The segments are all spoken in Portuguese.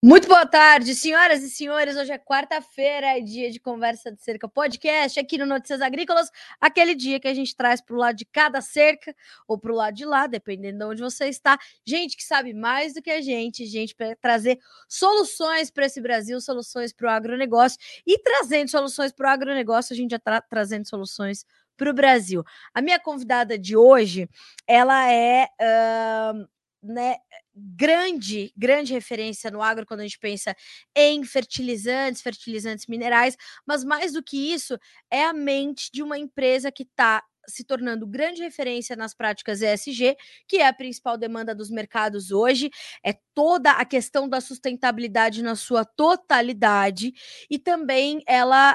Muito boa tarde, senhoras e senhores. Hoje é quarta-feira, é dia de Conversa de Cerca podcast aqui no Notícias Agrícolas, aquele dia que a gente traz para o lado de cada cerca ou para o lado de lá, dependendo de onde você está. Gente que sabe mais do que a gente para trazer soluções para esse Brasil, soluções para o agronegócio. E trazendo soluções para o agronegócio, a gente já está trazendo soluções para o Brasil. A minha convidada de hoje, ela é... grande referência no agro quando a gente pensa em fertilizantes minerais, mas mais do que isso, é a mente de uma empresa que está se tornando grande referência nas práticas ESG, que é a principal demanda dos mercados hoje, é toda a questão da sustentabilidade na sua totalidade, e também ela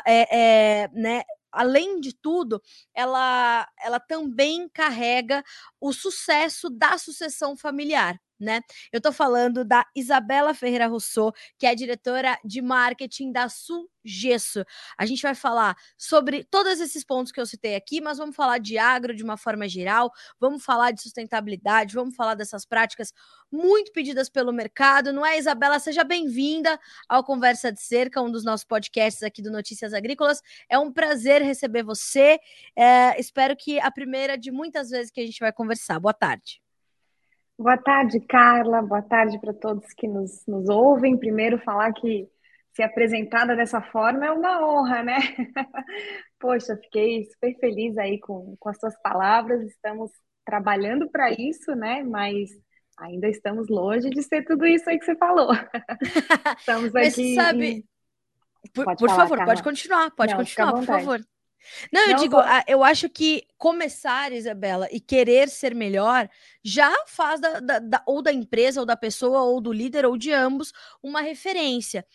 além de tudo, ela também carrega o sucesso da sucessão familiar, né? Eu tô falando da Isabela Ferreira Rousseau, que é diretora de marketing da Sugesso. A gente vai falar sobre todos esses pontos que eu citei aqui, mas vamos falar de agro de uma forma geral, vamos falar de sustentabilidade, vamos falar dessas práticas muito pedidas pelo mercado, não é, Isabela? Seja bem-vinda ao Conversa de Cerca, um dos nossos podcasts aqui do Notícias Agrícolas. É um prazer receber você. Espero que a primeira de muitas vezes que a gente vai conversar. Boa tarde. Boa tarde, Carla. Boa tarde para todos que nos ouvem. Primeiro, falar que ser apresentada dessa forma é uma honra, né? Poxa, fiquei super feliz aí com as suas palavras. Estamos trabalhando para isso, né? Mas ainda estamos longe de ser tudo isso aí que você falou. Estamos Mas você aqui sabe... Pode Por falar, favor, pode Carla. continuar, Não, fica à por vontade. favor. Não, eu Não, digo, só... eu acho que começar, Isabela, e querer ser melhor já faz ou da empresa, ou da pessoa, ou do líder, ou de ambos, uma referência.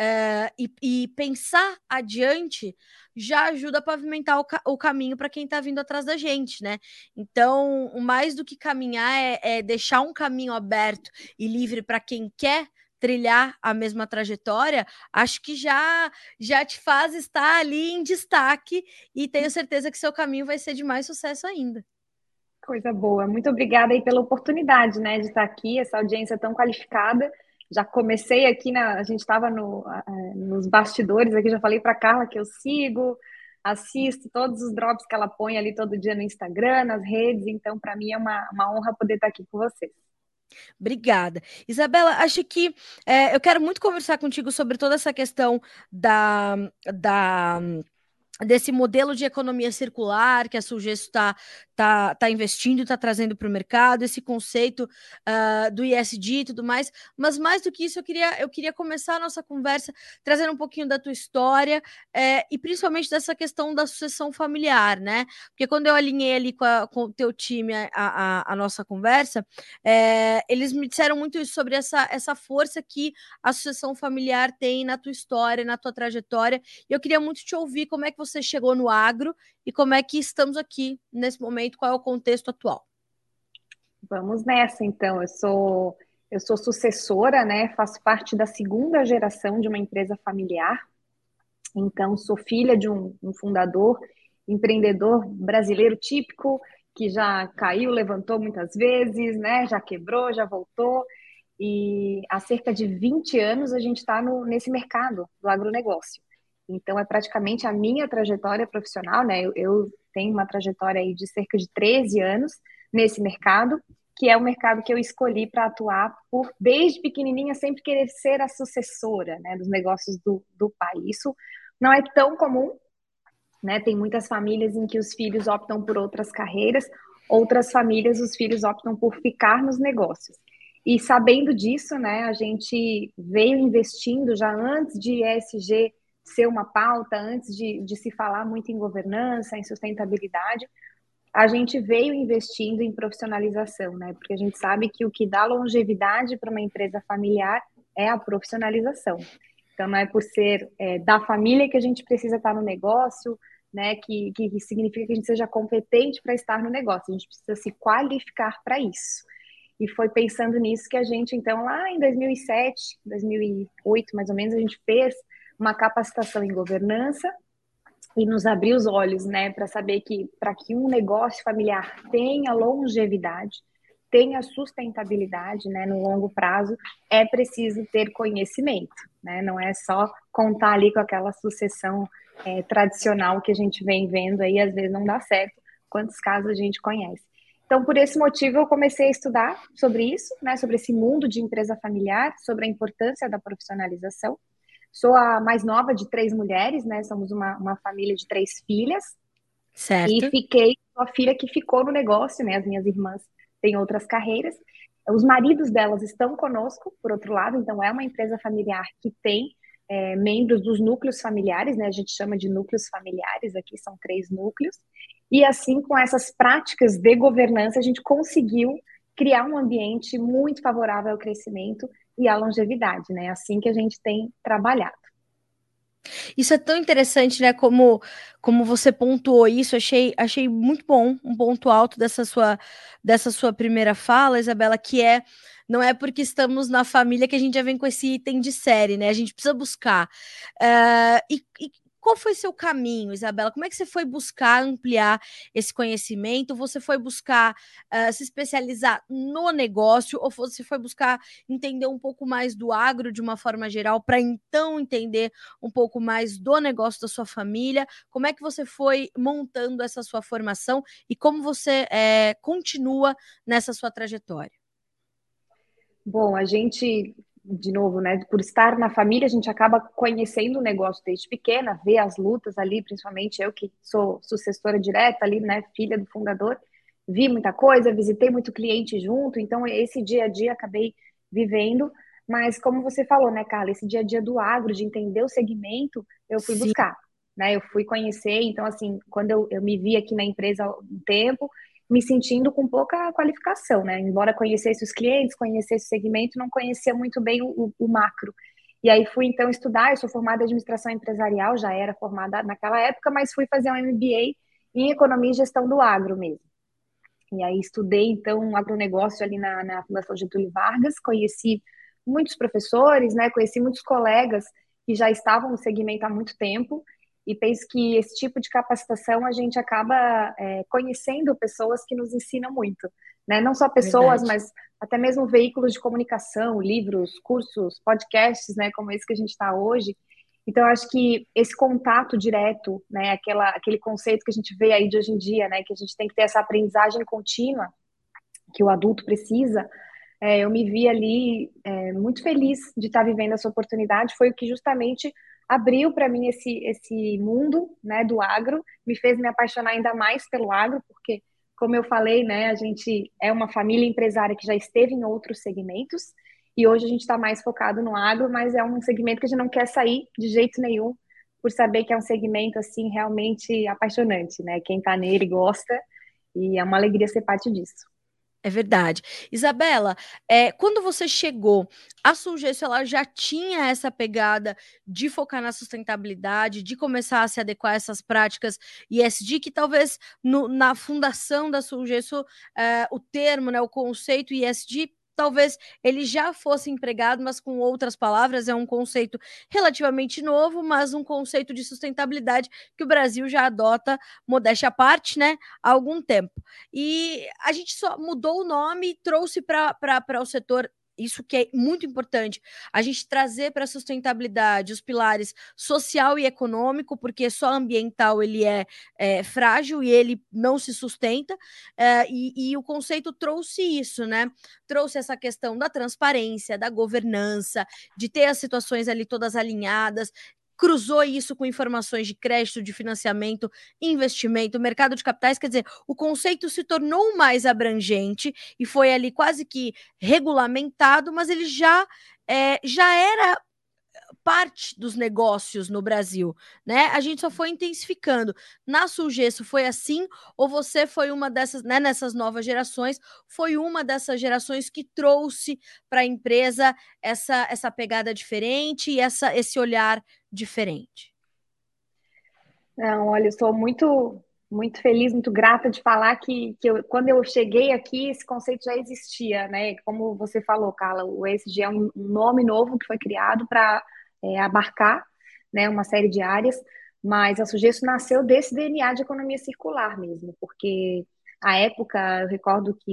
E pensar adiante já ajuda a pavimentar o caminho para quem está vindo atrás da gente, né? Então, mais do que caminhar é deixar um caminho aberto e livre para quem quer trilhar a mesma trajetória, acho que já te faz estar ali em destaque e tenho certeza que seu caminho vai ser de mais sucesso ainda. Coisa boa. Muito obrigada aí pela oportunidade, né, de estar aqui, essa audiência tão qualificada. Já comecei aqui, a gente estava nos bastidores aqui, já falei para Carla que eu sigo, assisto todos os drops que ela põe ali todo dia no Instagram, nas redes, então para mim é uma honra poder estar aqui com vocês. Obrigada. Isabela, acho que eu quero muito conversar contigo sobre toda essa questão da desse modelo de economia circular que a Sugesso tá investindo, está trazendo para o mercado, esse conceito do ISD e tudo mais. Mas mais do que isso, eu queria começar a nossa conversa trazendo um pouquinho da tua história e principalmente dessa questão da sucessão familiar, né? Porque quando eu alinhei ali com o teu time a nossa conversa, eles me disseram muito isso sobre essa força que a sucessão familiar tem na tua história, na tua trajetória. E eu queria muito te ouvir como é que você chegou no agro e como é que estamos aqui nesse momento, qual é o contexto atual. Vamos nessa, então. Eu sou sucessora, né? Faço parte da segunda geração de uma empresa familiar. Então, sou filha de um fundador, empreendedor brasileiro típico, que já caiu, levantou muitas vezes, né? Já quebrou, já voltou. E há cerca de 20 anos a gente está nesse mercado do agronegócio. Então, é praticamente a minha trajetória profissional, né? Eu tenho uma trajetória aí de cerca de 13 anos nesse mercado, que é o mercado que eu escolhi para atuar por, desde pequenininha, sempre querer ser a sucessora, né, dos negócios do pai. Isso não é tão comum, né? Tem muitas famílias em que os filhos optam por outras carreiras, outras famílias os filhos optam por ficar nos negócios. E sabendo disso, né, a gente veio investindo já antes de ESG ser uma pauta, antes de se falar muito em governança, em sustentabilidade, a gente veio investindo em profissionalização, né? Porque a gente sabe que o que dá longevidade para uma empresa familiar é a profissionalização. Então, não é por ser da família que a gente precisa estar no negócio, né? Que significa que a gente seja competente para estar no negócio. A gente precisa se qualificar para isso. E foi pensando nisso que a gente, então, lá em 2007, 2008, mais ou menos, a gente fez uma capacitação em governança e nos abriu os olhos, né, para saber que para que um negócio familiar tenha longevidade, tenha sustentabilidade, né, no longo prazo, é preciso ter conhecimento, né? Não é só contar ali com aquela sucessão tradicional que a gente vem vendo aí, às vezes não dá certo. Quantos casos a gente conhece? Então, por esse motivo, eu comecei a estudar sobre isso, né, sobre esse mundo de empresa familiar, sobre a importância da profissionalização. Sou a mais nova de 3 mulheres, né? Somos uma família de 3 filhas. E Certo. fiquei a filha que ficou no negócio, né? As minhas irmãs têm outras carreiras. Os maridos delas estão conosco, por outro lado, então é uma empresa familiar que tem membros dos núcleos familiares, né? A gente chama de núcleos familiares, aqui são 3 núcleos. E assim, com essas práticas de governança, a gente conseguiu criar um ambiente muito favorável ao crescimento e à longevidade, né? Assim que a gente tem trabalhado. Isso é tão interessante, né? Como você pontuou isso, achei muito bom, um ponto alto dessa sua primeira fala, Isabela, que é não é porque estamos na família que a gente já vem com esse item de série, né? A gente precisa buscar. E qual foi seu caminho, Isabela? Como é que você foi buscar ampliar esse conhecimento? Você foi buscar se especializar no negócio ou você foi buscar entender um pouco mais do agro de uma forma geral para então entender um pouco mais do negócio da sua família? Como é que você foi montando essa sua formação e como você continua nessa sua trajetória? Bom, a gente, de novo, né, por estar na família, a gente acaba conhecendo o negócio desde pequena, vê as lutas ali, principalmente eu que sou sucessora direta ali, né, filha do fundador, vi muita coisa, visitei muito cliente junto, então esse dia a dia acabei vivendo, mas como você falou, né, Carla, esse dia a dia do agro, de entender o segmento, eu fui Sim, buscar, né, eu fui conhecer, então assim, quando eu me vi aqui na empresa há um tempo, me sentindo com pouca qualificação, né? Embora conhecesse os clientes, conhecesse o segmento, não conhecia muito bem o macro. E aí fui então estudar, eu sou formada em administração empresarial, já era formada naquela época, mas fui fazer um MBA em economia e gestão do agro mesmo. E aí estudei então um agronegócio ali na Fundação Getúlio Vargas, conheci muitos professores, né? Conheci muitos colegas que já estavam no segmento há muito tempo e penso que esse tipo de capacitação a gente acaba conhecendo pessoas que nos ensinam muito, né? Não só pessoas, verdade. mas até mesmo veículos de comunicação, livros, cursos, podcasts, né? Como esse que a gente está hoje. Então, eu acho que esse contato direto, né, aquele conceito que a gente vê aí de hoje em dia, né, que a gente tem que ter essa aprendizagem contínua que o adulto precisa, eu me vi ali muito feliz de estar vivendo essa oportunidade. Foi o que justamente abriu para mim esse mundo, né, do agro, me fez me apaixonar ainda mais pelo agro, porque, como eu falei, né, a gente é uma família empresária que já esteve em outros segmentos, e hoje a gente está mais focado no agro, mas é um segmento que a gente não quer sair de jeito nenhum, por saber que é um segmento assim realmente apaixonante, né? Quem está nele gosta, e é uma alegria ser parte disso. É verdade. Isabela, quando você chegou, a Sulgesso ela já tinha essa pegada de focar na sustentabilidade, de começar a se adequar a essas práticas ESG, que talvez na fundação da Sulgesso, o termo, né, o conceito ESG, talvez ele já fosse empregado, mas com outras palavras, é um conceito relativamente novo, mas um conceito de sustentabilidade que o Brasil já adota, modéstia à parte, né, há algum tempo. E a gente só mudou o nome e trouxe para o setor. Isso que é muito importante, a gente trazer para a sustentabilidade os pilares social e econômico, porque só ambiental ele é frágil e ele não se sustenta, e o conceito trouxe isso, né? Trouxe essa questão da transparência, da governança, de ter as situações ali todas alinhadas, cruzou isso com informações de crédito, de financiamento, investimento, mercado de capitais, quer dizer, o conceito se tornou mais abrangente e foi ali quase que regulamentado, mas ele já era parte dos negócios no Brasil, né? A gente só foi intensificando. Na Sulgesso foi assim, ou você foi uma dessas, né, nessas novas gerações, foi uma dessas gerações que trouxe para a empresa essa pegada diferente e esse olhar diferente? Não, olha, eu sou muito feliz, muito grata de falar que quando eu cheguei aqui, esse conceito já existia, né? Como você falou, Carla, o ESG é um nome novo que foi criado para abarcar, né, uma série de áreas, mas a Sugesso nasceu desse DNA de economia circular mesmo, porque à época, eu recordo que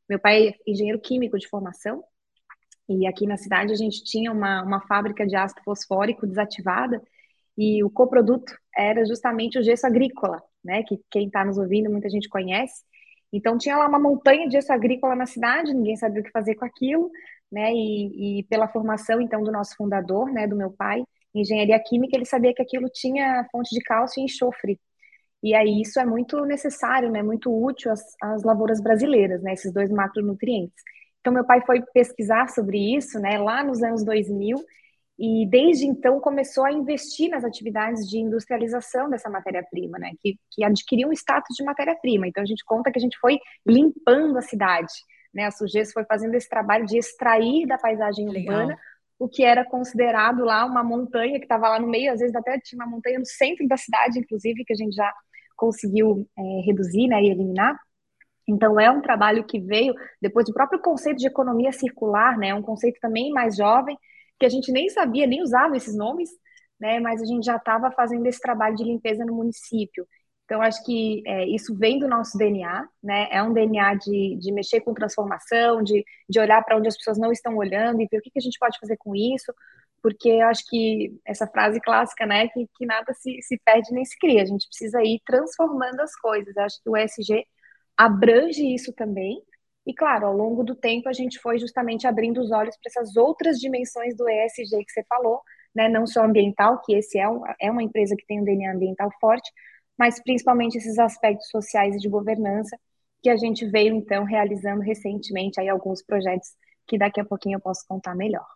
Meu pai é engenheiro químico de formação, e aqui na cidade a gente tinha uma fábrica de ácido fosfórico desativada, e o coproduto era justamente o gesso agrícola, né? Que quem está nos ouvindo, muita gente conhece. Então tinha lá uma montanha de gesso agrícola na cidade, ninguém sabia o que fazer com aquilo, né? E pela formação então do nosso fundador, né, do meu pai, em engenharia química, ele sabia que aquilo tinha fonte de cálcio e enxofre. E aí isso é muito necessário, né? Muito útil às lavouras brasileiras, né? Esses dois macronutrientes. Então meu pai foi pesquisar sobre isso, né? Lá nos anos 2000 e desde então começou a investir nas atividades de industrialização dessa matéria-prima, né? Que adquiriu um status de matéria-prima. Então a gente conta que a gente foi limpando a cidade, né? A Sugesso foi fazendo esse trabalho de extrair da paisagem urbana Legal. o que era considerado lá uma montanha que estava lá no meio, às vezes até tinha uma montanha no centro da cidade, inclusive, que a gente já conseguiu reduzir, né, e eliminar. Então, é um trabalho que veio depois do próprio conceito de economia circular, né? Um conceito também mais jovem, que a gente nem sabia, nem usava esses nomes, né? Mas a gente já estava fazendo esse trabalho de limpeza no município. Então, acho que isso vem do nosso DNA, né? É um DNA de mexer com transformação, de olhar para onde as pessoas não estão olhando e ver o que a gente pode fazer com isso, porque eu acho que essa frase clássica, né? Que nada se perde nem se cria, a gente precisa ir transformando as coisas. Eu acho que o ESG abrange isso também. E, claro, ao longo do tempo, a gente foi justamente abrindo os olhos para essas outras dimensões do ESG que você falou, né? Não só ambiental, que esse é uma empresa que tem um DNA ambiental forte, mas principalmente esses aspectos sociais e de governança que a gente veio, então, realizando recentemente aí alguns projetos que daqui a pouquinho eu posso contar melhor.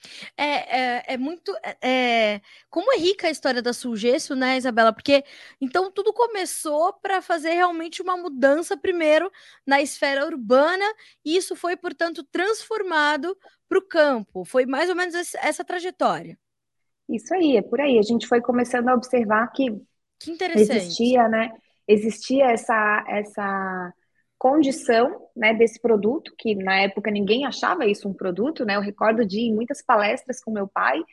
É muito. Como é rica a história da Sulgesso, né, Isabela? Porque então tudo começou para fazer realmente uma mudança primeiro na esfera urbana, e isso foi, portanto, transformado para o campo. Foi mais ou menos essa trajetória. Isso aí, é por aí. A gente foi começando a observar que Que interessante. existia, né? Existia essa condição, né, desse produto, que na época ninguém achava isso um produto, né? Eu recordo de ir em muitas palestras com meu pai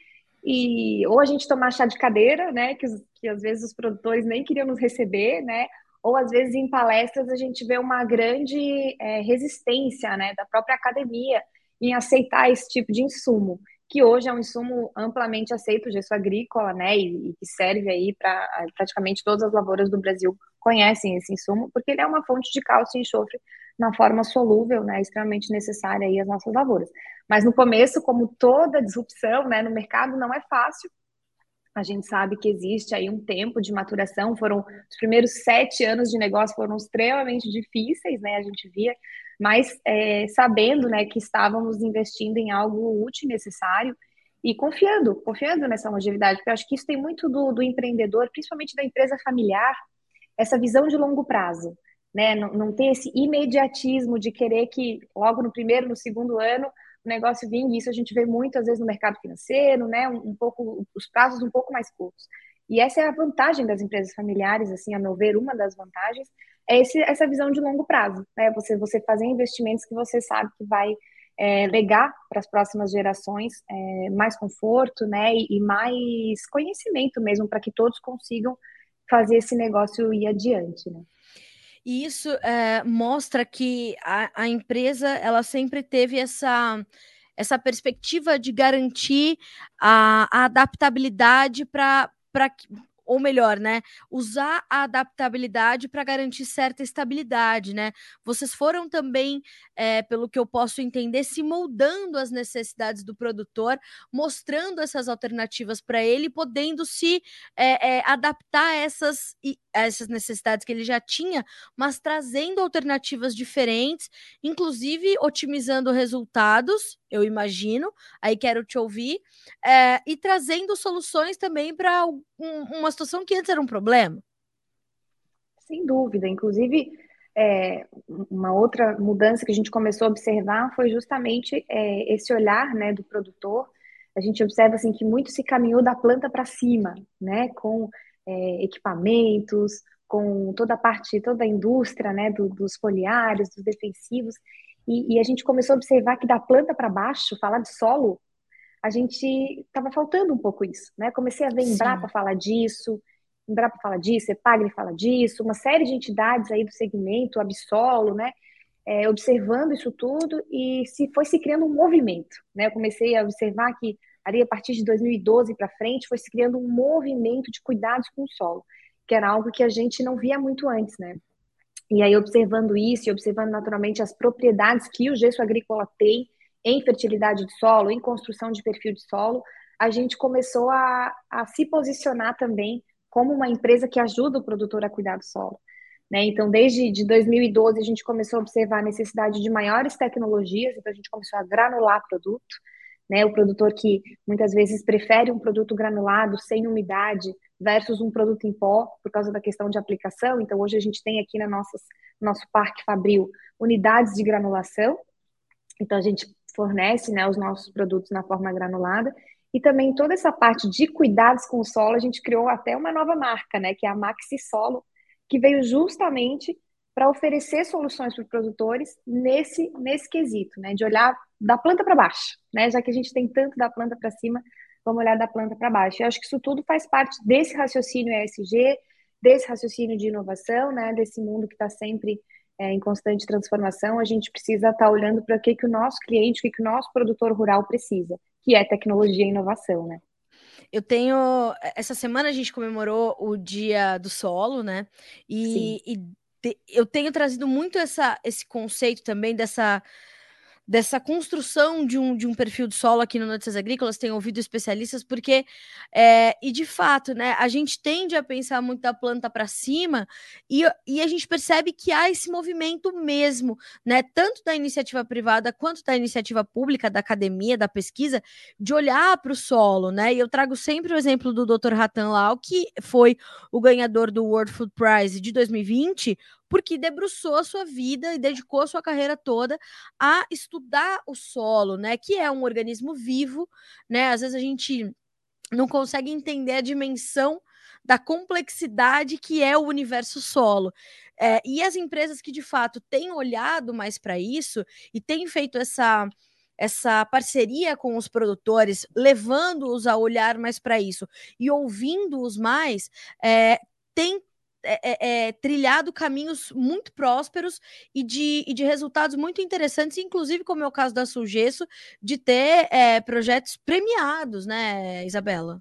e ou a gente tomar chá de cadeira, né, que às vezes os produtores nem queriam nos receber, né? Ou às vezes em palestras a gente vê uma grande resistência, né, da própria academia em aceitar esse tipo de insumo, que hoje é um insumo amplamente aceito, o gesso agrícola, né, e que serve aí para praticamente todas as lavouras do Brasil conhecem esse insumo, porque ele é uma fonte de cálcio e enxofre na forma solúvel, né, extremamente necessária aí às nossas lavouras. Mas no começo, como toda disrupção, né, no mercado não é fácil. A gente sabe que existe aí um tempo de maturação. Foram os primeiros 7 anos de negócio foram extremamente difíceis, né? A gente via, mas sabendo, né, que estávamos investindo em algo útil e necessário e confiando nessa longevidade, porque eu acho que isso tem muito do empreendedor, principalmente da empresa familiar, essa visão de longo prazo, né? Não ter esse imediatismo de querer que logo no primeiro, no segundo ano, o negócio vingue. Isso a gente vê muito, às vezes, no mercado financeiro, né? Um pouco, os prazos um pouco mais curtos. E essa é a vantagem das empresas familiares, assim, a meu ver, uma das vantagens é essa visão de longo prazo, né? Você fazer investimentos que você sabe que vai legar para as próximas gerações mais conforto, né? E mais conhecimento mesmo, para que todos consigam fazer esse negócio ir adiante, né? E isso mostra que a empresa ela sempre teve essa perspectiva de garantir a adaptabilidade para ou melhor, né, usar a adaptabilidade para garantir certa estabilidade, né? Vocês foram também, pelo que eu posso entender, se moldando às necessidades do produtor, mostrando essas alternativas para ele, podendo se adaptar a essas necessidades que ele já tinha, mas trazendo alternativas diferentes, inclusive otimizando resultados, eu imagino, aí quero te ouvir, e trazendo soluções também para uma situação que antes era um problema. Sem dúvida. Inclusive, uma outra mudança que a gente começou a observar foi justamente esse olhar, né, do produtor. A gente observa assim que muito se caminhou da planta para cima, né, com equipamentos, com toda a parte, toda a indústria, né, dos foliares, dos defensivos, e a gente começou a observar que da planta para baixo, falar de solo, a gente estava faltando um pouco isso, né? Comecei a ver Embrapa Sim. falar disso, Embrapa fala disso, Epagre fala disso, uma série de entidades aí do segmento, Absolo, né? observando isso tudo e foi se criando um movimento, né? Eu comecei a observar que ali a partir de 2012 para frente foi se criando um movimento de cuidados com o solo, que era algo que a gente não via muito antes, né? E aí, observando isso e observando naturalmente as propriedades que o gesso agrícola tem em fertilidade de solo, em construção de perfil de solo, a gente começou a se posicionar também como uma empresa que ajuda o produtor a cuidar do solo. Né? Então, desde de 2012, a gente começou a observar a necessidade de maiores tecnologias, então a gente começou a granular produto, né? O produtor que muitas vezes prefere um produto granulado, sem umidade, versus um produto em pó, por causa da questão de aplicação. Então, hoje a gente tem aqui no nosso parque fabril unidades de granulação. Então, a gente fornece, né, os nossos produtos na forma granulada. E também toda essa parte de cuidados com o solo, a gente criou até uma nova marca, né, que é a Maxi Solo, que veio justamente para oferecer soluções para os produtores nesse quesito, né, de olhar da planta para baixo, né, já que a gente tem tanto da planta para cima, vamos olhar da planta para baixo. Eu acho que isso tudo faz parte desse raciocínio ESG, desse raciocínio de inovação, né, desse mundo que está sempre em constante transformação. A gente precisa estar olhando para o que o nosso cliente, o que o nosso produtor rural precisa, que é tecnologia e inovação, né? Eu tenho. Essa semana a gente comemorou o Dia do Solo, né? Sim. Eu tenho trazido muito esse conceito também dessa construção de um perfil de solo aqui no Notícias Agrícolas, tenho ouvido especialistas, porque, e de fato, né, a gente tende a pensar muito da planta para cima e a gente percebe que há esse movimento mesmo, né, tanto da iniciativa privada quanto da iniciativa pública, da academia, da pesquisa, de olhar para o solo, né, e eu trago sempre o exemplo do Dr. Ratan Lau, que foi o ganhador do World Food Prize de 2020, porque debruçou a sua vida e dedicou a sua carreira toda a estudar o solo, né? Que é um organismo vivo, né? Às vezes a gente não consegue entender a dimensão da complexidade que é o universo solo. E as empresas que de fato têm olhado mais para isso e têm feito essa parceria com os produtores, levando-os a olhar mais para isso e ouvindo-os mais, tem trilhado caminhos muito prósperos e de resultados muito interessantes, inclusive, como é o caso da Sulgesso, de ter projetos premiados, né, Isabela?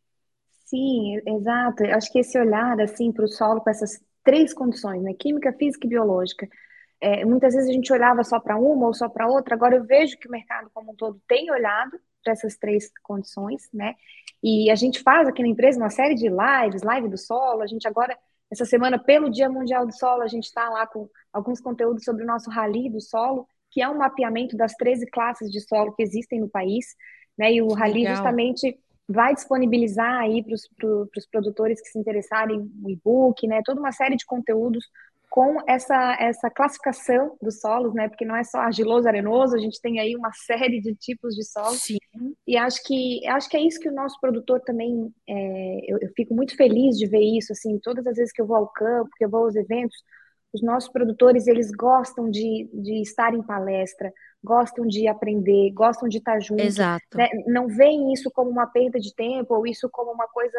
Sim, exato. Eu acho que esse olhar assim para o solo com essas três condições, né? Química, física e biológica. Muitas vezes a gente olhava só para uma ou só para outra. Agora eu vejo que o mercado como um todo tem olhado para essas três condições, né? E a gente faz aqui na empresa uma série de lives, live do solo. A gente agora, essa semana, pelo Dia Mundial do Solo, a gente está lá com alguns conteúdos sobre o nosso Rally do Solo, que é um mapeamento das 13 classes de solo que existem no país, né? E o Que Rally legal. justamente vai disponibilizar aí para os produtores que se interessarem no e-book, né? Toda uma série de conteúdos com essa classificação dos solos, né? Porque não é só argiloso, arenoso, a gente tem aí uma série de tipos de solo. Sim. E acho que é isso que o nosso produtor também. Eu fico muito feliz de ver isso, assim, todas as vezes que eu vou ao campo, que eu vou aos eventos, os nossos produtores, eles gostam de estar em palestra, gostam de aprender, gostam de estar junto, Exato. né? Não veem isso como uma perda de tempo ou isso como uma coisa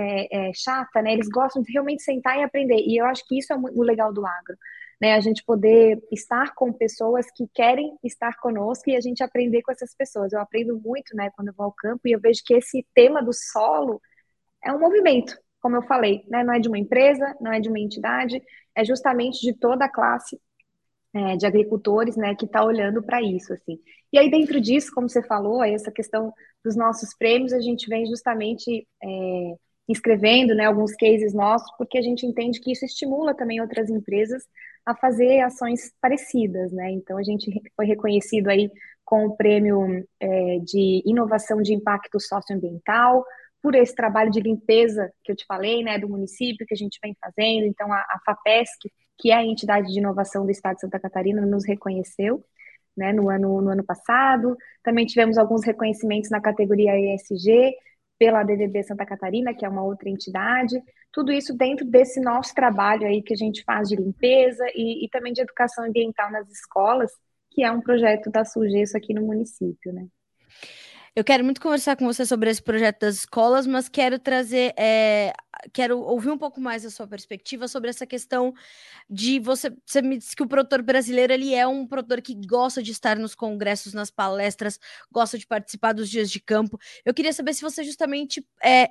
chata, né? Eles gostam de realmente sentar e aprender. E eu acho que isso é o legal do agro, né? A gente poder estar com pessoas que querem estar conosco e a gente aprender com essas pessoas. Eu aprendo muito, né, quando eu vou ao campo e eu vejo que esse tema do solo é um movimento, como eu falei, né? Não é de uma empresa, não é de uma entidade, é justamente de toda a classe de agricultores, né, que está olhando para isso, assim. E aí dentro disso, como você falou, aí essa questão dos nossos prêmios, a gente vem justamente inscrevendo, né, alguns cases nossos, porque a gente entende que isso estimula também outras empresas a fazer ações parecidas, né? Então a gente foi reconhecido aí com o prêmio de inovação de impacto socioambiental por esse trabalho de limpeza que eu te falei, né, do município que a gente vem fazendo. Então a FAPESC, que é a entidade de inovação do Estado de Santa Catarina, nos reconheceu, né, no ano passado. Também tivemos alguns reconhecimentos na categoria ESG pela DVB Santa Catarina, que é uma outra entidade. Tudo isso dentro desse nosso trabalho aí que a gente faz de limpeza e também de educação ambiental nas escolas, que é um projeto da Sulgesso aqui no município, né? Eu quero muito conversar com você sobre esse projeto das escolas, mas quero trazer quero ouvir um pouco mais a sua perspectiva sobre essa questão de você me disse que o produtor brasileiro ele é um produtor que gosta de estar nos congressos, nas palestras, gosta de participar dos dias de campo. Eu queria saber se você justamente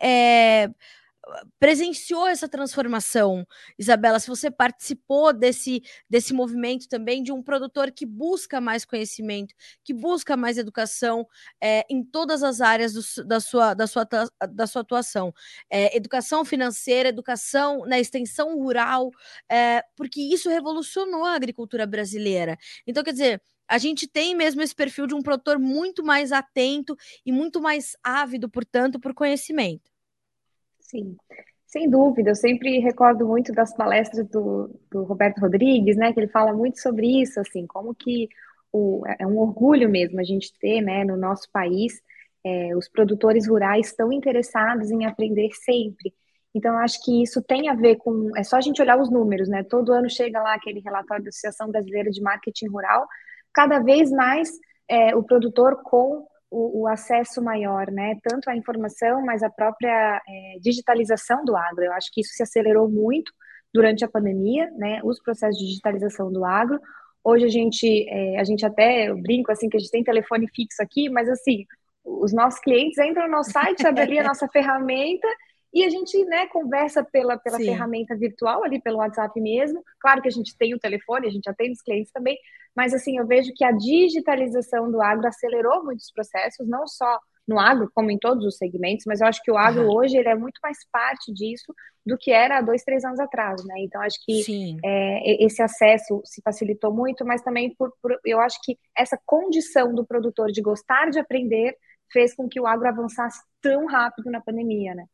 presenciou essa transformação, Isabela, se você participou desse movimento também de um produtor que busca mais conhecimento, que busca mais educação em todas as áreas da sua atuação. Educação financeira, educação na extensão rural, porque isso revolucionou a agricultura brasileira. Então, quer dizer, a gente tem mesmo esse perfil de um produtor muito mais atento e muito mais ávido, portanto, por conhecimento. Sim, sem dúvida. Eu sempre recordo muito das palestras do Roberto Rodrigues, né? Que ele fala muito sobre isso, assim, como que é um orgulho mesmo a gente ter, né, no nosso país, os produtores rurais estão interessados em aprender sempre. Então, eu acho que isso tem a ver com. É só a gente olhar os números, né? Todo ano chega lá aquele relatório da Associação Brasileira de Marketing Rural, cada vez mais o produtor com o acesso maior, né? Tanto à informação, mas a própria digitalização do agro. Eu acho que isso se acelerou muito durante a pandemia, né? Os processos de digitalização do agro. Hoje a gente até, eu brinco assim, que a gente tem telefone fixo aqui, mas assim, os nossos clientes entram no nosso site, abrem ali a nossa ferramenta e a gente, né, conversa pela Sim. ferramenta virtual, ali pelo WhatsApp mesmo. Claro que a gente tem o telefone, a gente atende os clientes também, mas assim, eu vejo que a digitalização do agro acelerou muitos processos, não só no agro, como em todos os segmentos, mas eu acho que o agro Aham. hoje ele é muito mais parte disso do que era há 2, 3 anos atrás, né? Então acho que Sim. esse acesso se facilitou muito, mas também eu acho que essa condição do produtor de gostar de aprender fez com que o agro avançasse tão rápido na pandemia, né?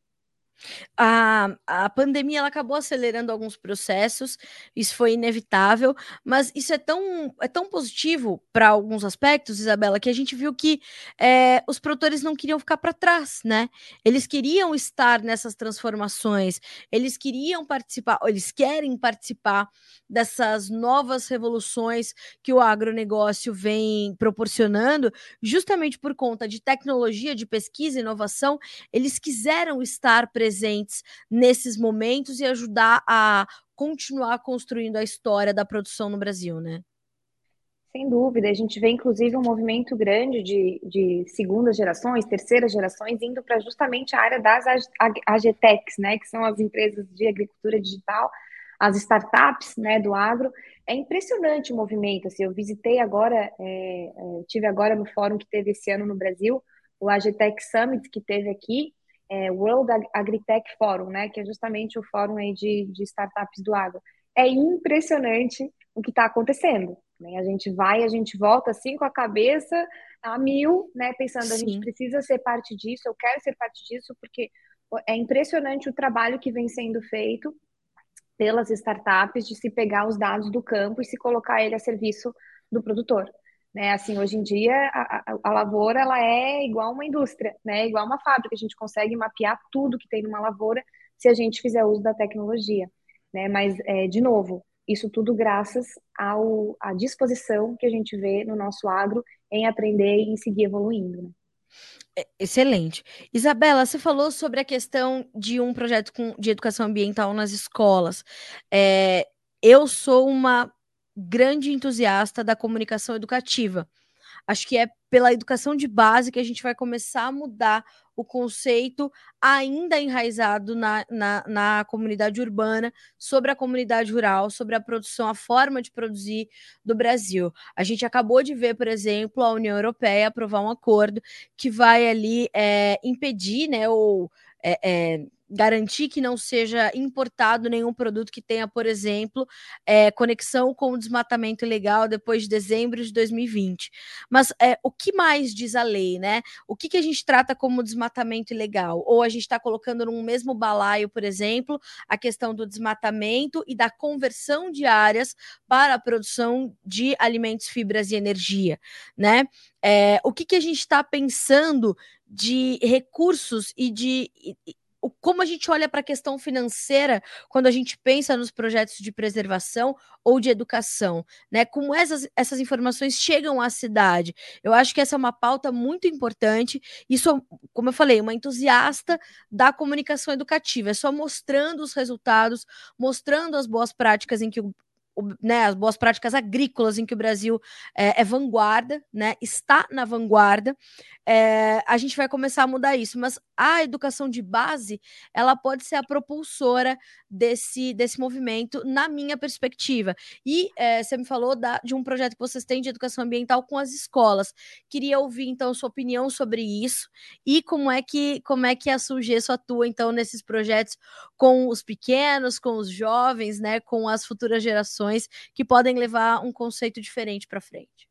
A pandemia ela acabou acelerando alguns processos, isso foi inevitável, mas isso é tão positivo para alguns aspectos, Isabela, que a gente viu que os produtores não queriam ficar para trás, né? Eles queriam estar nessas transformações, eles queriam participar, eles querem participar dessas novas revoluções que o agronegócio vem proporcionando, justamente por conta de tecnologia, de pesquisa e inovação, eles quiseram estar presentes nesses momentos e ajudar a continuar construindo a história da produção no Brasil, né? Sem dúvida, a gente vê inclusive um movimento grande de segundas gerações, terceiras gerações, indo para justamente a área das AgTechs, né, que são as empresas de agricultura digital, as startups, né, do agro. É impressionante o movimento. Assim, eu visitei agora, tive agora no fórum que teve esse ano no Brasil, o AgTech Summit que teve aqui, World AgriTech Forum, né, que é justamente o fórum aí de startups do agro. É impressionante o que está acontecendo. Né? A gente vai, a gente volta assim com a cabeça a mil, né? Pensando, a gente Sim. precisa ser parte disso, eu quero ser parte disso, porque é impressionante o trabalho que vem sendo feito pelas startups de se pegar os dados do campo e se colocar ele a serviço do produtor. Né? Assim, hoje em dia, a lavoura ela é igual uma indústria, né? Igual uma fábrica. A gente consegue mapear tudo que tem numa lavoura se a gente fizer uso da tecnologia. Né? Mas, de novo, isso tudo graças à disposição que a gente vê no nosso agro em aprender e em seguir evoluindo. Né? Excelente. Isabela, você falou sobre a questão de um projeto de educação ambiental nas escolas. Eu sou uma grande entusiasta da comunicação educativa. Acho que é pela educação de base que a gente vai começar a mudar o conceito ainda enraizado na comunidade urbana, sobre a comunidade rural, sobre a produção, a forma de produzir do Brasil. A gente acabou de ver, por exemplo, a União Europeia aprovar um acordo que vai ali impedir, né, ou garantir que não seja importado nenhum produto que tenha, por exemplo, conexão com o desmatamento ilegal depois de dezembro de 2020. Mas o que mais diz a lei, né? O que a gente trata como desmatamento ilegal? Ou a gente está colocando num mesmo balaio, por exemplo, a questão do desmatamento e da conversão de áreas para a produção de alimentos, fibras e energia, né? O que a gente está pensando de recursos e de como a gente olha para a questão financeira quando a gente pensa nos projetos de preservação ou de educação, né? Como essas informações chegam à cidade. Eu acho que essa é uma pauta muito importante. Isso, como eu falei, uma entusiasta da comunicação educativa, é só mostrando os resultados, mostrando as boas práticas em que né, as boas práticas agrícolas em que o Brasil é vanguarda, né, está na vanguarda, a gente vai começar a mudar isso. Mas a educação de base, ela pode ser a propulsora desse movimento, na minha perspectiva. E você me falou de um projeto que vocês têm de educação ambiental com as escolas. Queria ouvir, então, sua opinião sobre isso e como é que a Sulgesso atua, então, nesses projetos com os pequenos, com os jovens, né, com as futuras gerações que podem levar um conceito diferente para frente.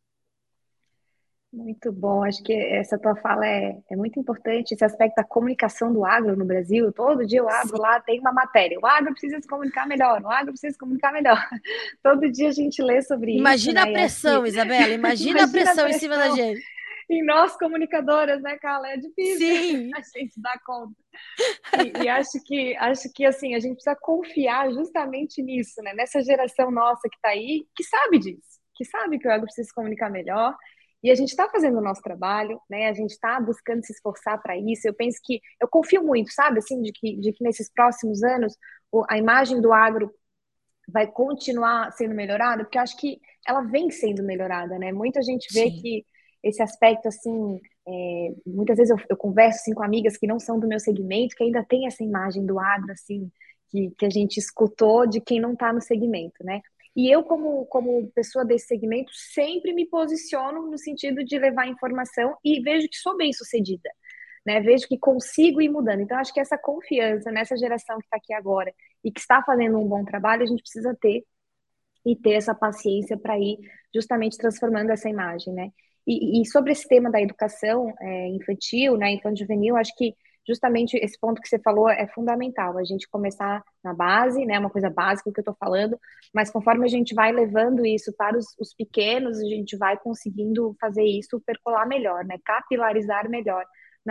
Muito bom, acho que essa tua fala é muito importante, esse aspecto da comunicação do agro no Brasil. Todo dia eu abro lá, tem uma matéria, o agro precisa se comunicar melhor, o agro precisa se comunicar melhor. Todo dia a gente lê sobre isso, Imagina né? a pressão, Isabela, imagina a pressão em cima da gente. E nós, comunicadoras, né, Carla? É difícil Sim. a gente dar conta. E acho que assim, a gente precisa confiar justamente nisso, né? Nessa geração nossa que está aí, que sabe disso, que sabe que o agro precisa se comunicar melhor. E a gente está fazendo o nosso trabalho, né? A gente está buscando se esforçar para isso. Eu penso que, eu confio muito, sabe, assim, de que nesses próximos anos a imagem do agro vai continuar sendo melhorada, porque eu acho que ela vem sendo melhorada, né? Muita gente vê Sim. que esse aspecto, assim, muitas vezes eu converso assim, com amigas que não são do meu segmento, que ainda tem essa imagem do agro, assim, que a gente escutou de quem não está no segmento, né? E eu, como pessoa desse segmento, sempre me posiciono no sentido de levar informação e vejo que sou bem sucedida, né? Vejo que consigo ir mudando. Então, acho que essa confiança nessa geração que está aqui agora e que está fazendo um bom trabalho, a gente precisa ter e ter essa paciência para ir justamente transformando essa imagem, né? E sobre esse tema da educação infantil, né, infanto-juvenil, acho que justamente esse ponto que você falou é fundamental, a gente começar na base, né, uma coisa básica que eu estou falando, mas conforme a gente vai levando isso para os pequenos, a gente vai conseguindo fazer isso percolar melhor, né, capilarizar melhor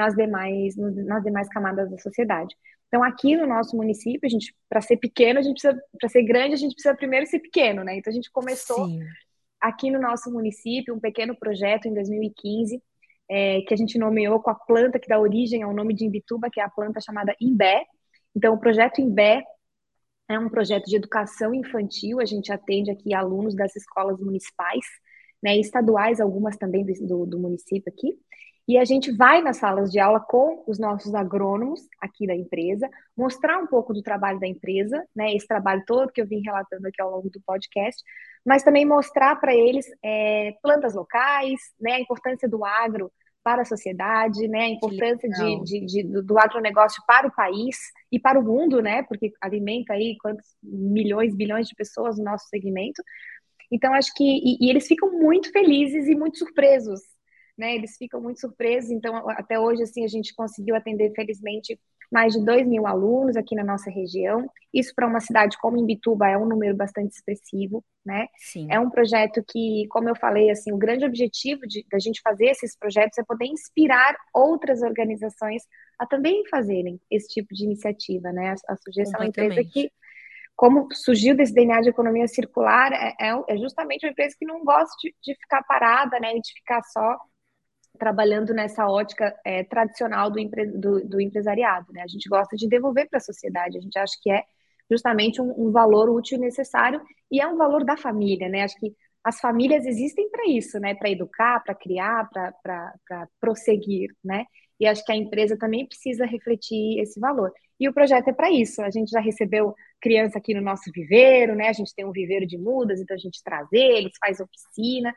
nas demais camadas da sociedade. Então, aqui no nosso município, a gente, para ser pequeno, a gente precisa, para ser grande, a gente precisa primeiro ser pequeno, né? Então, a gente começou Sim. aqui no nosso município um pequeno projeto em 2015, que a gente nomeou com a planta que dá origem ao nome de Imbituba, que é a planta chamada Imbé. Então, o projeto Imbé é um projeto de educação infantil, a gente atende aqui alunos das escolas municipais, né, estaduais, algumas também do município aqui, e a gente vai nas salas de aula com os nossos agrônomos aqui da empresa, mostrar um pouco do trabalho da empresa, né, esse trabalho todo que eu vim relatando aqui ao longo do podcast, mas também mostrar para eles plantas locais, né, a importância do agro para a sociedade, né, a importância do agronegócio para o país e para o mundo, né, porque alimenta aí quantos milhões, bilhões de pessoas no nosso segmento. Então, acho que, e eles ficam muito felizes e muito surpresos, né, eles ficam muito surpresos. Então, até hoje, assim, a gente conseguiu atender, felizmente, mais de 2.000 alunos aqui na nossa região. Isso para uma cidade como Imbituba é um número bastante expressivo, né? Sim. É um projeto que, como eu falei, assim, o grande objetivo da gente fazer esses projetos é poder inspirar outras organizações a também fazerem esse tipo de iniciativa, né? A Sulgesso é uma empresa que, como surgiu desse DNA de economia circular, é justamente uma empresa que não gosta de ficar parada, né? E de ficar só trabalhando nessa ótica tradicional do empresariado, né? A gente gosta de devolver para a sociedade, a gente acha que é justamente um valor útil e necessário, e é um valor da família, né? Acho que as famílias existem para isso, né? Para educar, para criar, para prosseguir, né? E acho que a empresa também precisa refletir esse valor. E o projeto é para isso. A gente já recebeu criança aqui no nosso viveiro, né? A gente tem um viveiro de mudas, então a gente traz eles, faz oficina.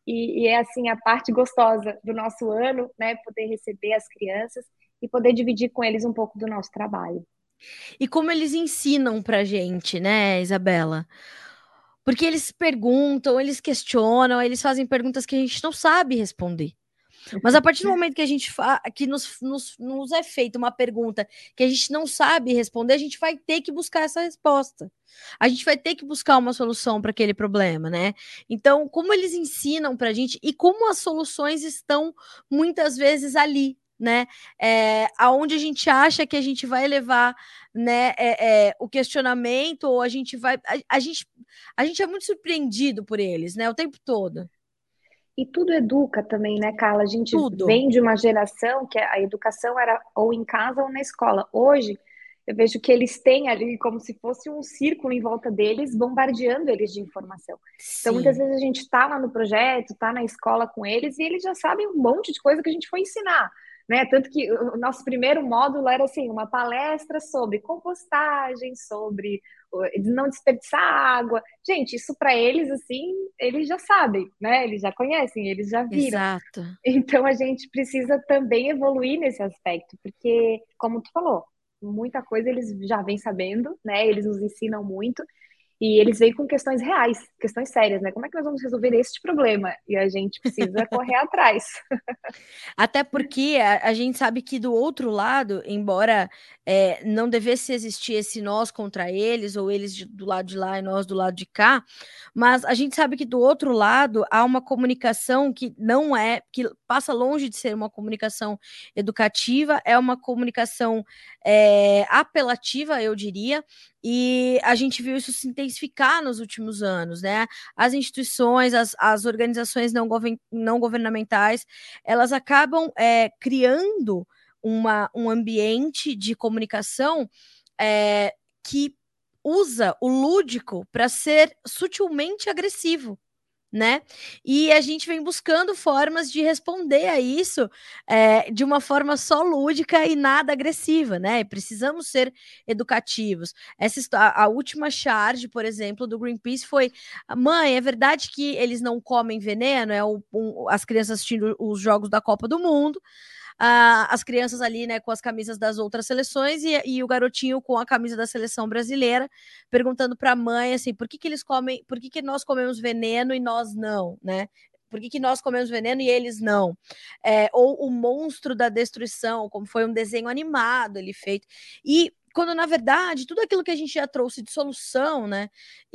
E é assim a parte gostosa do nosso ano, né? Poder receber as crianças e poder dividir com eles um pouco do nosso trabalho. E como eles ensinam pra gente, né, Isabela? Porque eles perguntam, eles questionam, eles fazem perguntas que a gente não sabe responder. Mas a partir do momento que a gente que nos é feita uma pergunta que a gente não sabe responder, a gente vai ter que buscar essa resposta. A gente vai ter que buscar uma solução para aquele problema, né? Então, como eles ensinam para a gente e como as soluções estão muitas vezes ali, né? Aonde a gente acha que a gente vai levar, né, o questionamento, ou a gente vai. A gente é muito surpreendido por eles, né? O tempo todo. E tudo educa também, né, Carla? A gente Tudo. vem de uma geração que a educação era ou em casa ou na escola. Hoje, eu vejo que eles têm ali como se fosse um círculo em volta deles, bombardeando eles de informação. Então, muitas Sim. vezes a gente está lá no projeto, está na escola com eles e eles já sabem um monte de coisa que a gente foi ensinar. Né? Tanto que o nosso primeiro módulo era assim, uma palestra sobre compostagem, sobre não desperdiçar água. Gente, isso para eles assim, eles já sabem, né? Eles já conhecem, eles já viram. Exato. Então a gente precisa também evoluir nesse aspecto, porque como tu falou, muita coisa eles já vêm sabendo, né? Eles nos ensinam muito. E eles vêm com questões reais, questões sérias, né? Como é que nós vamos resolver este problema? E a gente precisa correr atrás. Até porque a gente sabe que do outro lado, embora não devesse existir esse nós contra eles, ou eles do lado de lá e nós do lado de cá, mas a gente sabe que do outro lado há uma comunicação que não é, que passa longe de ser uma comunicação educativa, é uma comunicação apelativa, eu diria, e a gente viu isso se intensificar nos últimos anos, né? As instituições, as organizações não governamentais, elas acabam criando um ambiente de comunicação que usa o lúdico para ser sutilmente agressivo, né? E a gente vem buscando formas de responder a isso de uma forma só lúdica e nada agressiva, né? E precisamos ser educativos. A última charge, por exemplo, do Greenpeace foi: mãe, é verdade que eles não comem veneno? As crianças assistindo os jogos da Copa do Mundo, as crianças ali, né, com as camisas das outras seleções e o garotinho com a camisa da seleção brasileira, perguntando para a mãe assim, por que que eles comem, por que que nós comemos veneno e nós não, né? Por que que nós comemos veneno e eles não? Ou o monstro da destruição, como foi um desenho animado ele feito. E quando, na verdade, tudo aquilo que a gente já trouxe de solução, né?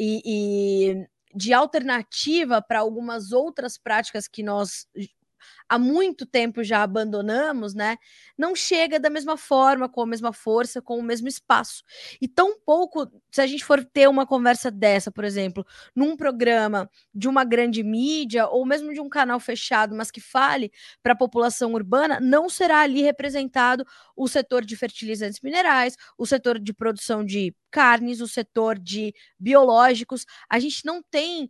E de alternativa para algumas outras práticas que nós há muito tempo já abandonamos, né? Não chega da mesma forma, com a mesma força, com o mesmo espaço. E tão pouco, se a gente for ter uma conversa dessa, por exemplo, num programa de uma grande mídia, ou mesmo de um canal fechado, mas que fale para a população urbana, não será ali representado o setor de fertilizantes minerais, o setor de produção de carnes, o setor de biológicos. A gente não tem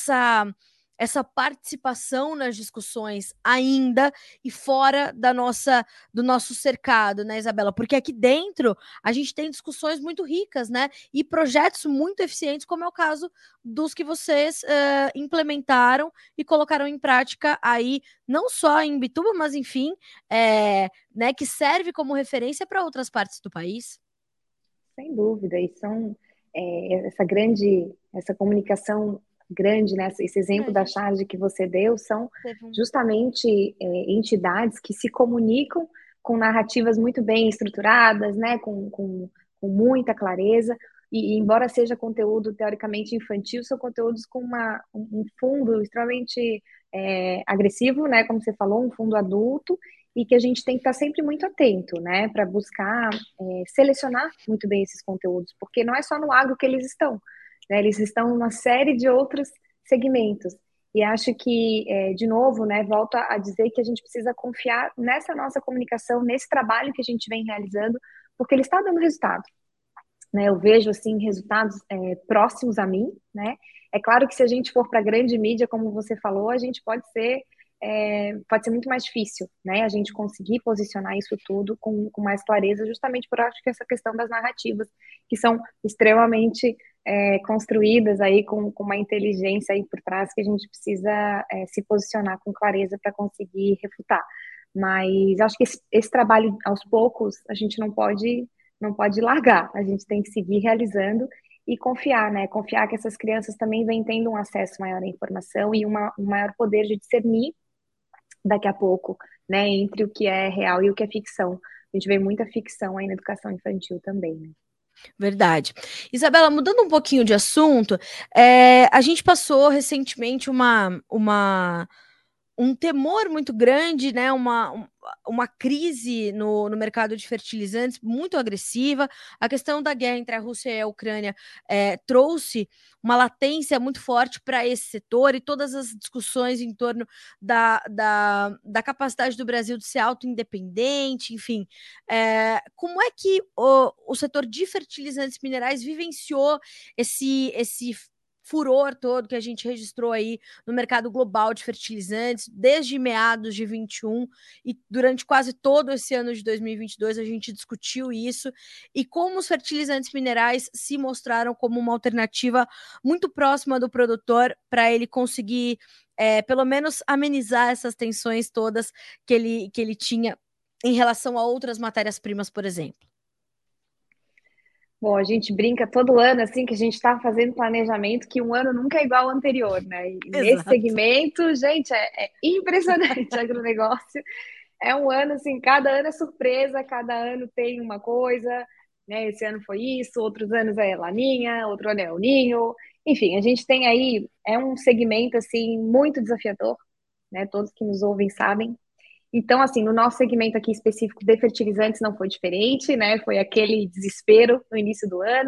essa participação nas discussões ainda e fora do nosso cercado, né, Isabela? Porque aqui dentro a gente tem discussões muito ricas, né? E projetos muito eficientes, como é o caso dos que vocês implementaram e colocaram em prática aí, não só em Bituba, mas enfim, né, que serve como referência para outras partes do país. Sem dúvida, e são essa comunicação grande, né? Esse exemplo A da gente charge que você deu são teve um. justamente entidades que se comunicam com narrativas muito bem estruturadas, né? Com muita clareza, e embora seja conteúdo teoricamente infantil, são conteúdos com um fundo extremamente agressivo, né? Como você falou, um fundo adulto, e que a gente tem que estar sempre muito atento, né, para buscar selecionar muito bem esses conteúdos, porque não é só no agro que eles estão, né, eles estão em uma série de outros segmentos. E acho que, de novo, né, volto a dizer que a gente precisa confiar nessa nossa comunicação, nesse trabalho que a gente vem realizando, porque ele está dando resultado. Né, eu vejo assim resultados próximos a mim, né? É claro que se a gente for para a grande mídia, como você falou, a gente pode ser muito mais difícil, né? A gente conseguir posicionar isso tudo com mais clareza, justamente por acho que essa questão das narrativas, que são extremamente construídas aí com uma inteligência aí por trás que a gente precisa se posicionar com clareza para conseguir refutar. Mas acho que esse trabalho aos poucos a gente não pode largar, a gente tem que seguir realizando e confiar, né? Confiar que essas crianças também vêm tendo um acesso maior à informação e um maior poder de discernir daqui a pouco, né? Entre o que é real e o que é ficção. A gente vê muita ficção aí na educação infantil também, né? Verdade. Isabela, mudando um pouquinho de assunto, a gente passou recentemente um temor muito grande, né, uma crise no mercado de fertilizantes muito agressiva. A questão da guerra entre a Rússia e a Ucrânia trouxe uma latência muito forte para esse setor, e todas as discussões em torno da capacidade do Brasil de ser auto-independente, enfim. Como é que o setor de fertilizantes minerais vivenciou esse furor todo que a gente registrou aí no mercado global de fertilizantes, desde meados de 21, e durante quase todo esse ano de 2022 a gente discutiu isso, e como os fertilizantes minerais se mostraram como uma alternativa muito próxima do produtor para ele conseguir, pelo menos, amenizar essas tensões todas que ele tinha em relação a outras matérias-primas, por exemplo. Bom, a gente brinca todo ano, assim, que a gente está fazendo planejamento, que um ano nunca é igual ao anterior, né? E nesse Exato. segmento, gente, é impressionante agronegócio. É um ano, assim, cada ano é surpresa, cada ano tem uma coisa, né? Esse ano foi isso, outros anos é Laninha, outro ano é o Ninho. Enfim, a gente tem aí, é um segmento, assim, muito desafiador, né? Todos que nos ouvem sabem. Então, assim, no nosso segmento aqui específico de fertilizantes não foi diferente, né? Foi aquele desespero no início do ano.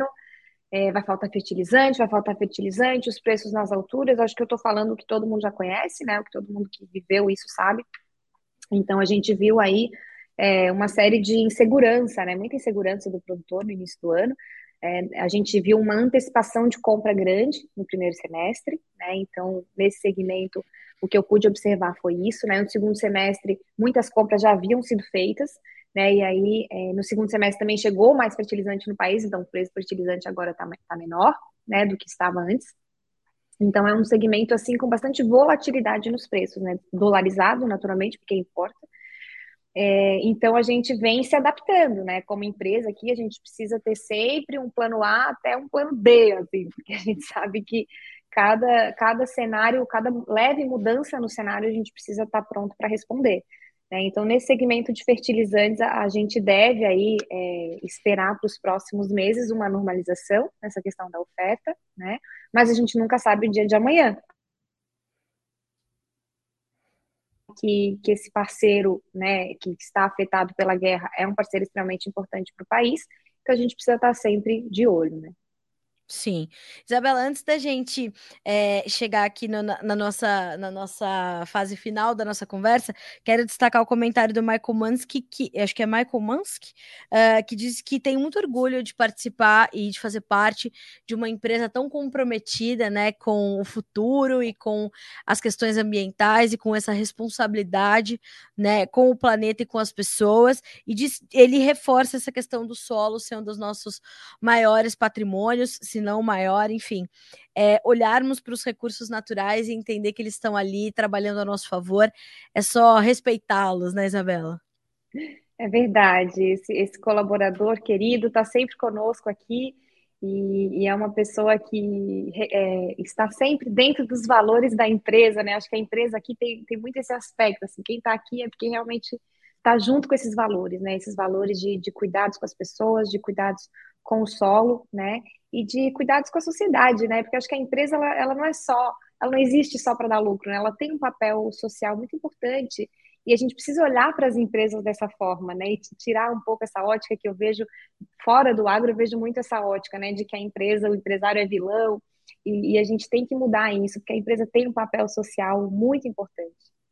Vai faltar fertilizante, os preços nas alturas. Acho que eu estou falando o que todo mundo já conhece, né? O que todo mundo que viveu isso sabe. Então, a gente viu aí uma série de insegurança, né? Muita insegurança do produtor no início do ano. A gente viu uma antecipação de compra grande no primeiro semestre, né? Então, nesse segmento, o que eu pude observar foi isso, né? No segundo semestre, muitas compras já haviam sido feitas, né? E aí, no segundo semestre também chegou mais fertilizante no país, então o preço do fertilizante agora está menor, né, do que estava antes. Então, é um segmento, assim, com bastante volatilidade nos preços, né? Dolarizado, naturalmente, porque importa. Então, a gente vem se adaptando, né? Como empresa aqui, a gente precisa ter sempre um plano A até um plano B, assim, porque a gente sabe que cada cenário, cada leve mudança no cenário, a gente precisa estar pronto para responder. Né? Então, nesse segmento de fertilizantes, a gente deve aí esperar para os próximos meses uma normalização nessa questão da oferta, né? Mas a gente nunca sabe o dia de amanhã. Que esse parceiro, né, que está afetado pela guerra é um parceiro extremamente importante para o país, então a gente precisa estar sempre de olho, né? Sim. Isabela, antes da gente chegar aqui na nossa fase final da nossa conversa, quero destacar o comentário do Michael Mansky, que acho que é Michael Mansky, que diz que tem muito orgulho de participar e de fazer parte de uma empresa tão comprometida, né, com o futuro e com as questões ambientais e com essa responsabilidade, né, com o planeta e com as pessoas. E ele reforça essa questão do solo ser um dos nossos maiores patrimônios, se não o maior, enfim. Olharmos para os recursos naturais e entender que eles estão ali trabalhando a nosso favor, é só respeitá-los, né, Isabela? É verdade, esse colaborador querido está sempre conosco aqui e é uma pessoa que está sempre dentro dos valores da empresa, né? Acho que a empresa aqui tem muito esse aspecto, assim, quem está aqui é porque realmente está junto com esses valores, né? Esses valores de cuidados com as pessoas, de cuidados com o solo, né? E de cuidados com a sociedade, né? Porque acho que a empresa ela não é só, ela não existe só para dar lucro, né? Ela tem um papel social muito importante e a gente precisa olhar para as empresas dessa forma, né? E tirar um pouco essa ótica que eu vejo fora do agro, eu vejo muito essa ótica, né? De que a empresa, o empresário é vilão, e a gente tem que mudar isso, porque a empresa tem um papel social muito importante.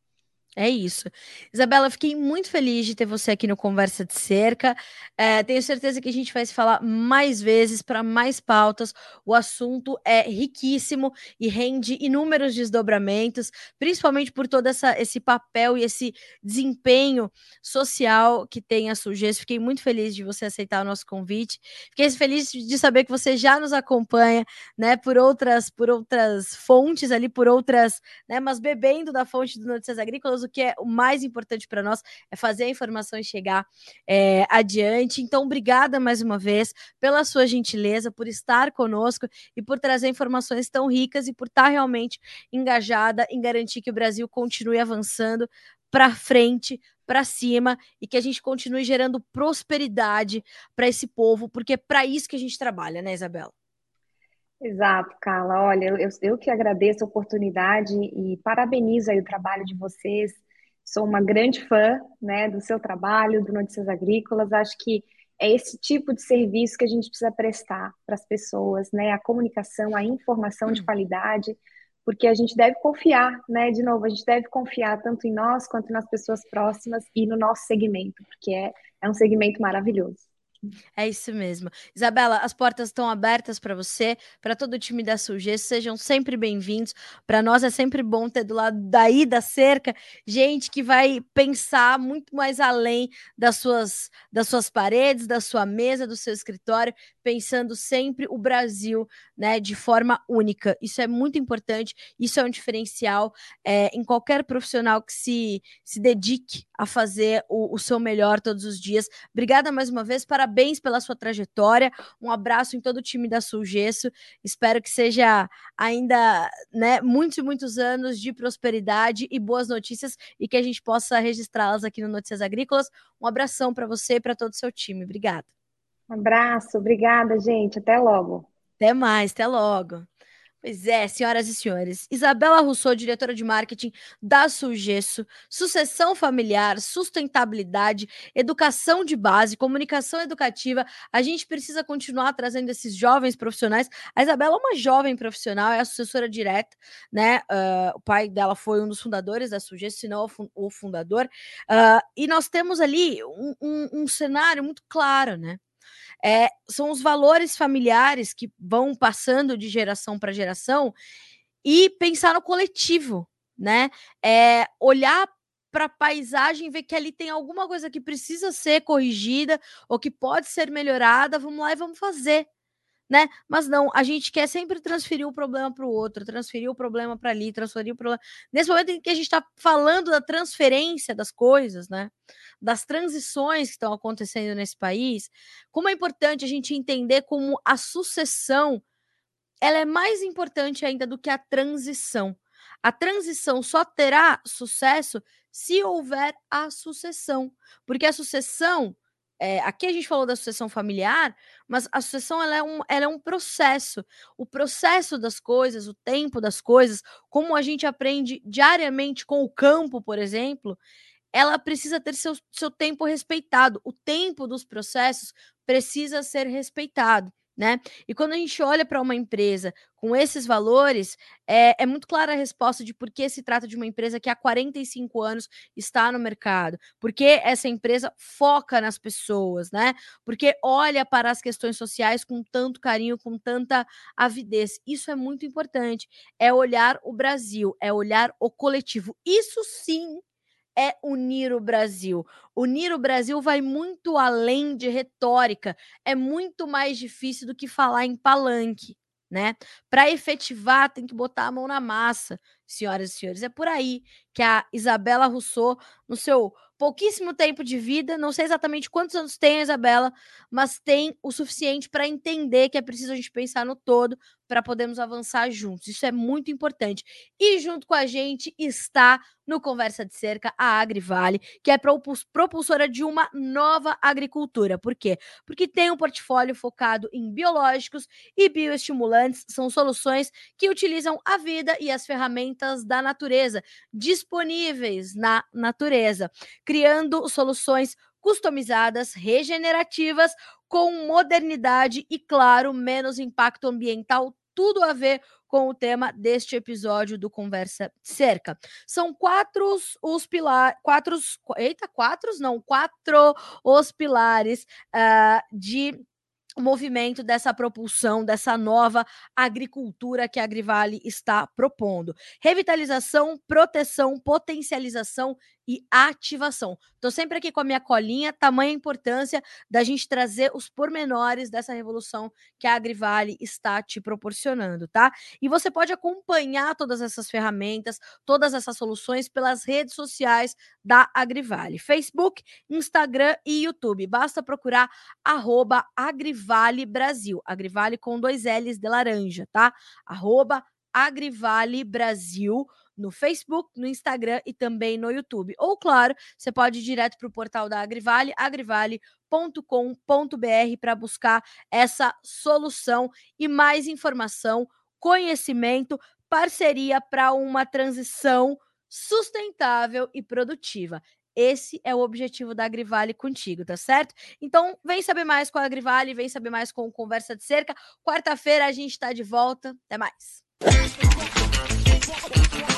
É isso. Isabela, fiquei muito feliz de ter você aqui no Conversa de Cerca. Tenho certeza que a gente vai se falar mais vezes para mais pautas. O assunto é riquíssimo e rende inúmeros desdobramentos, principalmente por todo esse papel e esse desempenho social que tem a Sugest. Fiquei muito feliz de você aceitar o nosso convite. Fiquei feliz de saber que você já nos acompanha, né, por outras fontes ali, por outras, né, mas bebendo da fonte do Notícias Agrícolas. O que é o mais importante para nós é fazer a informação chegar adiante. Então, obrigada mais uma vez pela sua gentileza, por estar conosco e por trazer informações tão ricas e por estar realmente engajada em garantir que o Brasil continue avançando para frente, para cima, e que a gente continue gerando prosperidade para esse povo, porque é para isso que a gente trabalha, né, Isabela? Exato, Carla. Olha, eu que agradeço a oportunidade e parabenizo aí o trabalho de vocês. Sou uma grande fã, né, do seu trabalho, do Notícias Agrícolas. Acho que é esse tipo de serviço que a gente precisa prestar para as pessoas, né? A comunicação, a informação de qualidade, porque a gente deve confiar, né? De novo, a gente deve confiar tanto em nós quanto nas pessoas próximas e no nosso segmento, porque é um segmento maravilhoso. É isso mesmo. Isabela, as portas estão abertas para você, para todo o time da Sugê, sejam sempre bem-vindos. Para nós é sempre bom ter do lado daí da cerca gente que vai pensar muito mais além das suas paredes, da sua mesa, do seu escritório, pensando sempre o Brasil, né, de forma única. Isso é muito importante, isso é um diferencial em qualquer profissional que se dedique a fazer o seu melhor todos os dias. Obrigada mais uma vez, parabéns pela sua trajetória. Um abraço em todo o time da Sulgesso. Espero que seja ainda, né, muitos e muitos anos de prosperidade e boas notícias e que a gente possa registrá-las aqui no Notícias Agrícolas. Um abração para você e para todo o seu time. Obrigada. Um abraço, obrigada, gente. Até logo. Até mais, até logo. Pois é, senhoras e senhores. Isabela Rousseau, diretora de marketing da Sulgesso, sucessão familiar, sustentabilidade, educação de base, comunicação educativa. A gente precisa continuar trazendo esses jovens profissionais. A Isabela é uma jovem profissional, é a sucessora direta, né? O pai dela foi um dos fundadores da Sulgesso, se não o fundador. E nós temos ali um cenário muito claro, né? São os valores familiares que vão passando de geração para geração e pensar no coletivo, né? Olhar para a paisagem, ver que ali tem alguma coisa que precisa ser corrigida ou que pode ser melhorada, vamos lá e vamos fazer. Né? Mas não, a gente quer sempre transferir o problema para o outro, transferir o problema para ali, transferir o problema. Nesse momento em que a gente está falando da transferência das coisas, né? Das transições que estão acontecendo nesse país, como é importante a gente entender como a sucessão ela é mais importante ainda do que a transição. A transição só terá sucesso se houver a sucessão, porque a sucessão aqui a gente falou da sucessão familiar, mas a sucessão ela é um processo. O processo das coisas, o tempo das coisas, como a gente aprende diariamente com o campo, por exemplo, ela precisa ter seu tempo respeitado. O tempo dos processos precisa ser respeitado, né? E quando a gente olha para uma empresa com esses valores, é muito clara a resposta de por que se trata de uma empresa que há 45 anos está no mercado, porque essa empresa foca nas pessoas, né? Porque olha para as questões sociais com tanto carinho, com tanta avidez. Isso é muito importante. É olhar o Brasil, é olhar o coletivo. Isso sim é unir o Brasil. Unir o Brasil vai muito além de retórica, é muito mais difícil do que falar em palanque, né? Para efetivar, tem que botar a mão na massa, senhoras e senhores. É por aí que a Isabela Rousseau, no seu pouquíssimo tempo de vida, não sei exatamente quantos anos tem a Isabela, mas tem o suficiente para entender que é preciso a gente pensar no todo para podermos avançar juntos. Isso é muito importante. E junto com a gente está no Conversa de Cerca a Agrivale, que é propulsora de uma nova agricultura. Por quê? Porque tem um portfólio focado em biológicos e bioestimulantes, são soluções que utilizam a vida e as ferramentas da natureza, disponíveis na natureza, criando soluções customizadas, regenerativas, com modernidade e, claro, menos impacto ambiental, tudo a ver com o tema deste episódio do Conversa Cerca. São quatro os pilares, quatro os pilares de movimento dessa propulsão, dessa nova agricultura que a Agrivale está propondo. Revitalização, proteção, potencialização e ativação. Estou sempre aqui com a minha colinha, tamanha importância da gente trazer os pormenores dessa revolução que a Agrivale está te proporcionando, tá? E você pode acompanhar todas essas ferramentas, todas essas soluções pelas redes sociais da Agrivale, Facebook, Instagram e YouTube. Basta procurar @Agrivale Brasil. Agrivale com 2 L's de laranja, tá? @Agrivale Brasil no Facebook, no Instagram e também no YouTube. Ou, claro, você pode ir direto para o portal da Agrivale, agrivale.com.br, para buscar essa solução e mais informação, conhecimento, parceria para uma transição sustentável e produtiva. Esse é o objetivo da Agrivale contigo, tá certo? Então, vem saber mais com a Agrivale, vem saber mais com o Conversa de Cerca. Quarta-feira a gente está de volta. Até mais.